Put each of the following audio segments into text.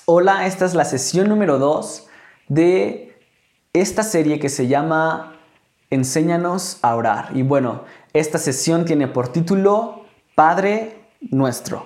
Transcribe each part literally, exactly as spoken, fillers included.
Hola, esta es la sesión número dos de esta serie que se llama Enséñanos a orar. Y bueno, esta sesión tiene por título Padre Nuestro.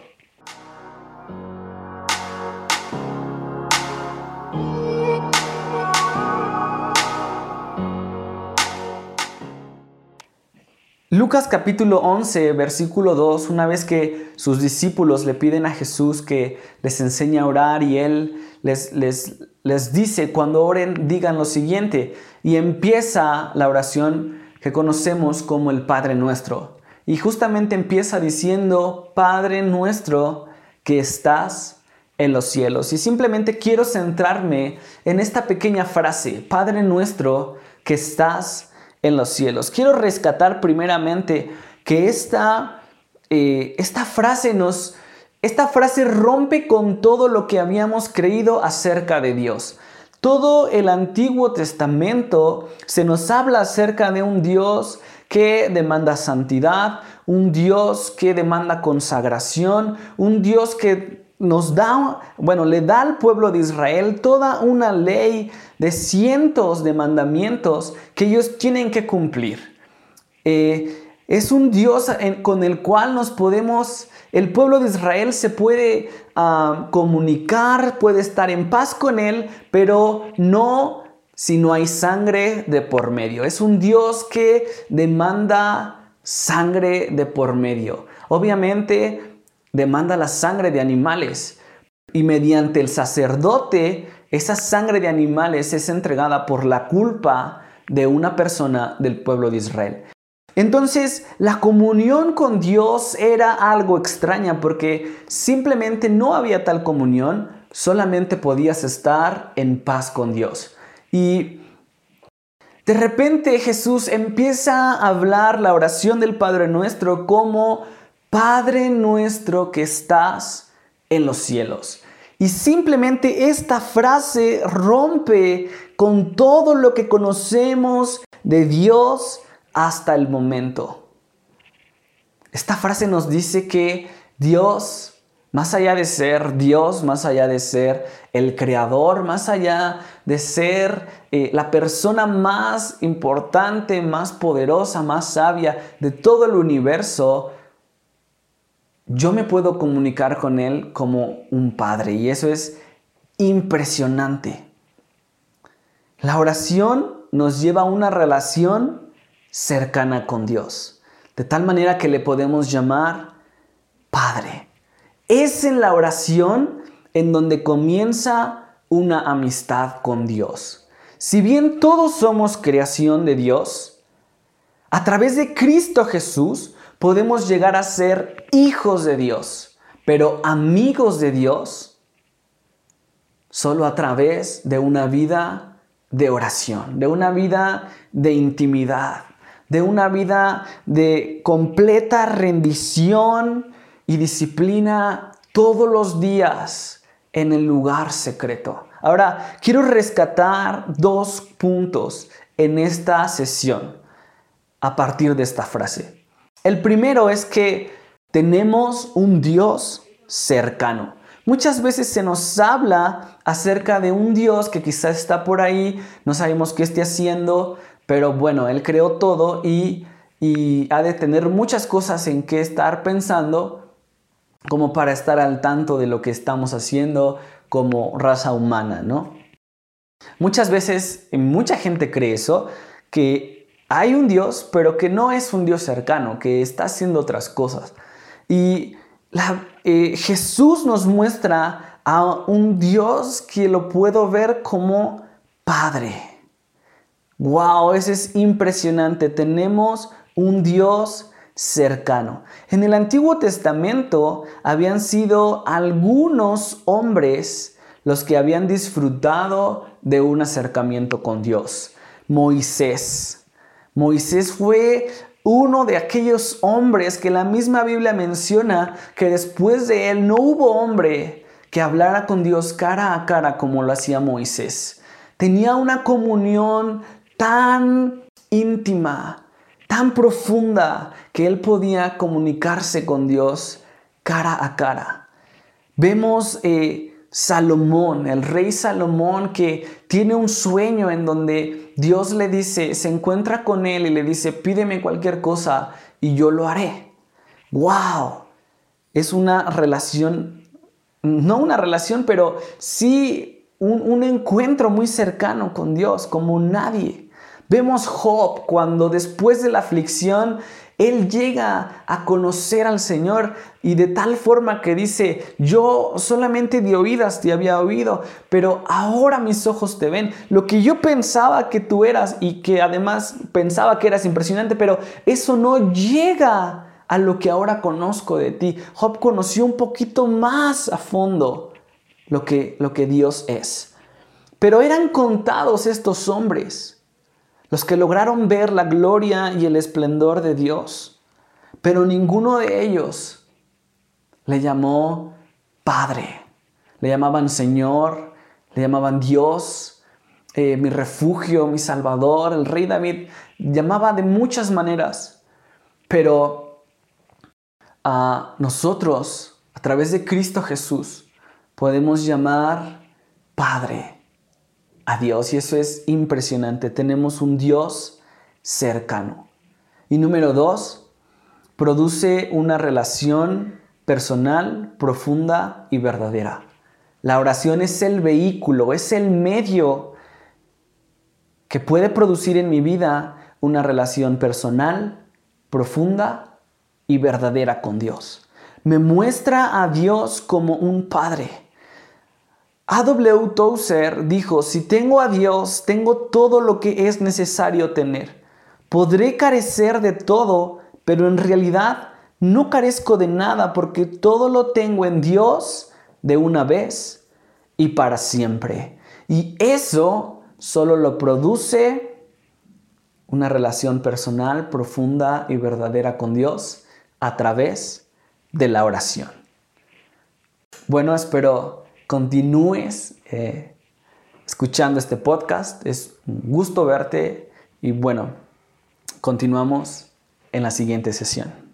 Lucas capítulo once, versículo dos, una vez que sus discípulos le piden a Jesús que les enseñe a orar y Él les, les, les dice, cuando oren, digan lo siguiente. Y empieza la oración que conocemos como el Padre Nuestro. Y justamente empieza diciendo, Padre Nuestro que estás en los cielos. Y simplemente quiero centrarme en esta pequeña frase, Padre Nuestro que estás en los cielos. Quiero rescatar primeramente que esta, eh, esta frase nos, esta frase rompe con todo lo que habíamos creído acerca de Dios. Todo el Antiguo Testamento se nos habla acerca de un Dios que demanda santidad, un Dios que demanda consagración, un Dios que nos da, bueno, le da al pueblo de Israel toda una ley de cientos de mandamientos que ellos tienen que cumplir. Eh, es un Dios en, con el cual nos podemos, el pueblo de Israel se puede uh, comunicar, puede estar en paz con Él, pero no si no hay sangre de por medio. Es un Dios que demanda sangre de por medio. Obviamente demanda la sangre de animales y mediante el sacerdote esa sangre de animales es entregada por la culpa de una persona del pueblo de Israel. Entonces la comunión con Dios era algo extraña porque simplemente no había tal comunión, solamente podías estar en paz con Dios. Y de repente Jesús empieza a hablar la oración del Padre Nuestro como Padre Nuestro que estás en los cielos. Y simplemente esta frase rompe con todo lo que conocemos de Dios hasta el momento. Esta frase nos dice que Dios, más allá de ser Dios, más allá de ser el creador, más allá de ser eh, la persona más importante, más poderosa, más sabia de todo el universo, yo me puedo comunicar con Él como un padre y eso es impresionante. La oración nos lleva a una relación cercana con Dios, de tal manera que le podemos llamar Padre. Es en la oración en donde comienza una amistad con Dios. Si bien todos somos creación de Dios, a través de Cristo Jesús podemos llegar a ser hijos de Dios, pero amigos de Dios solo a través de una vida de oración, de una vida de intimidad, de una vida de completa rendición y disciplina todos los días en el lugar secreto. Ahora, quiero rescatar dos puntos en esta sesión a partir de esta frase. El primero es que tenemos un Dios cercano. Muchas veces se nos habla acerca de un Dios que quizás está por ahí, no sabemos qué esté haciendo, pero bueno, Él creó todo y, y ha de tener muchas cosas en qué estar pensando como para estar al tanto de lo que estamos haciendo como raza humana, ¿no? Muchas veces, mucha gente cree eso, que hay un Dios, pero que no es un Dios cercano, que está haciendo otras cosas. Y la, eh, Jesús nos muestra a un Dios que lo puedo ver como Padre. ¡Wow! Eso es impresionante. Tenemos un Dios cercano. En el Antiguo Testamento habían sido algunos hombres los que habían disfrutado de un acercamiento con Dios. Moisés. Moisés fue uno de aquellos hombres que la misma Biblia menciona que después de él no hubo hombre que hablara con Dios cara a cara como lo hacía Moisés. Tenía una comunión tan íntima, tan profunda, que él podía comunicarse con Dios cara a cara. Vemos eh, Salomón, el rey Salomón, que tiene un sueño en donde Dios le dice, se encuentra con él y le dice, pídeme cualquier cosa y yo lo haré. ¡Wow! Es una relación, no una relación, pero sí un, un encuentro muy cercano con Dios, como nadie. Vemos Job cuando después de la aflicción, él llega a conocer al Señor y de tal forma que dice, yo solamente de oídas te había oído, pero ahora mis ojos te ven. Lo que yo pensaba que tú eras y que además pensaba que eras impresionante, pero eso no llega a lo que ahora conozco de ti. Job conoció un poquito más a fondo lo que, lo que Dios es. Pero eran contados estos hombres, los que lograron ver la gloria y el esplendor de Dios, pero ninguno de ellos le llamó Padre. Le llamaban Señor, le llamaban Dios, eh, mi refugio, mi Salvador. El rey David llamaba de muchas maneras, pero a nosotros, a través de Cristo Jesús, podemos llamar Padre a Dios, y eso es impresionante. Tenemos un Dios cercano. Y número dos, produce una relación personal, profunda y verdadera. La oración es el vehículo, es el medio que puede producir en mi vida una relación personal, profunda y verdadera con Dios. Me muestra a Dios como un padre. A W Tozer dijo, si tengo a Dios, tengo todo lo que es necesario tener. Podré carecer de todo, pero en realidad no carezco de nada porque todo lo tengo en Dios de una vez y para siempre. Y eso solo lo produce una relación personal, profunda y verdadera con Dios a través de la oración. Bueno, espero continúes eh, escuchando este podcast. Es un gusto verte y bueno, continuamos en la siguiente sesión.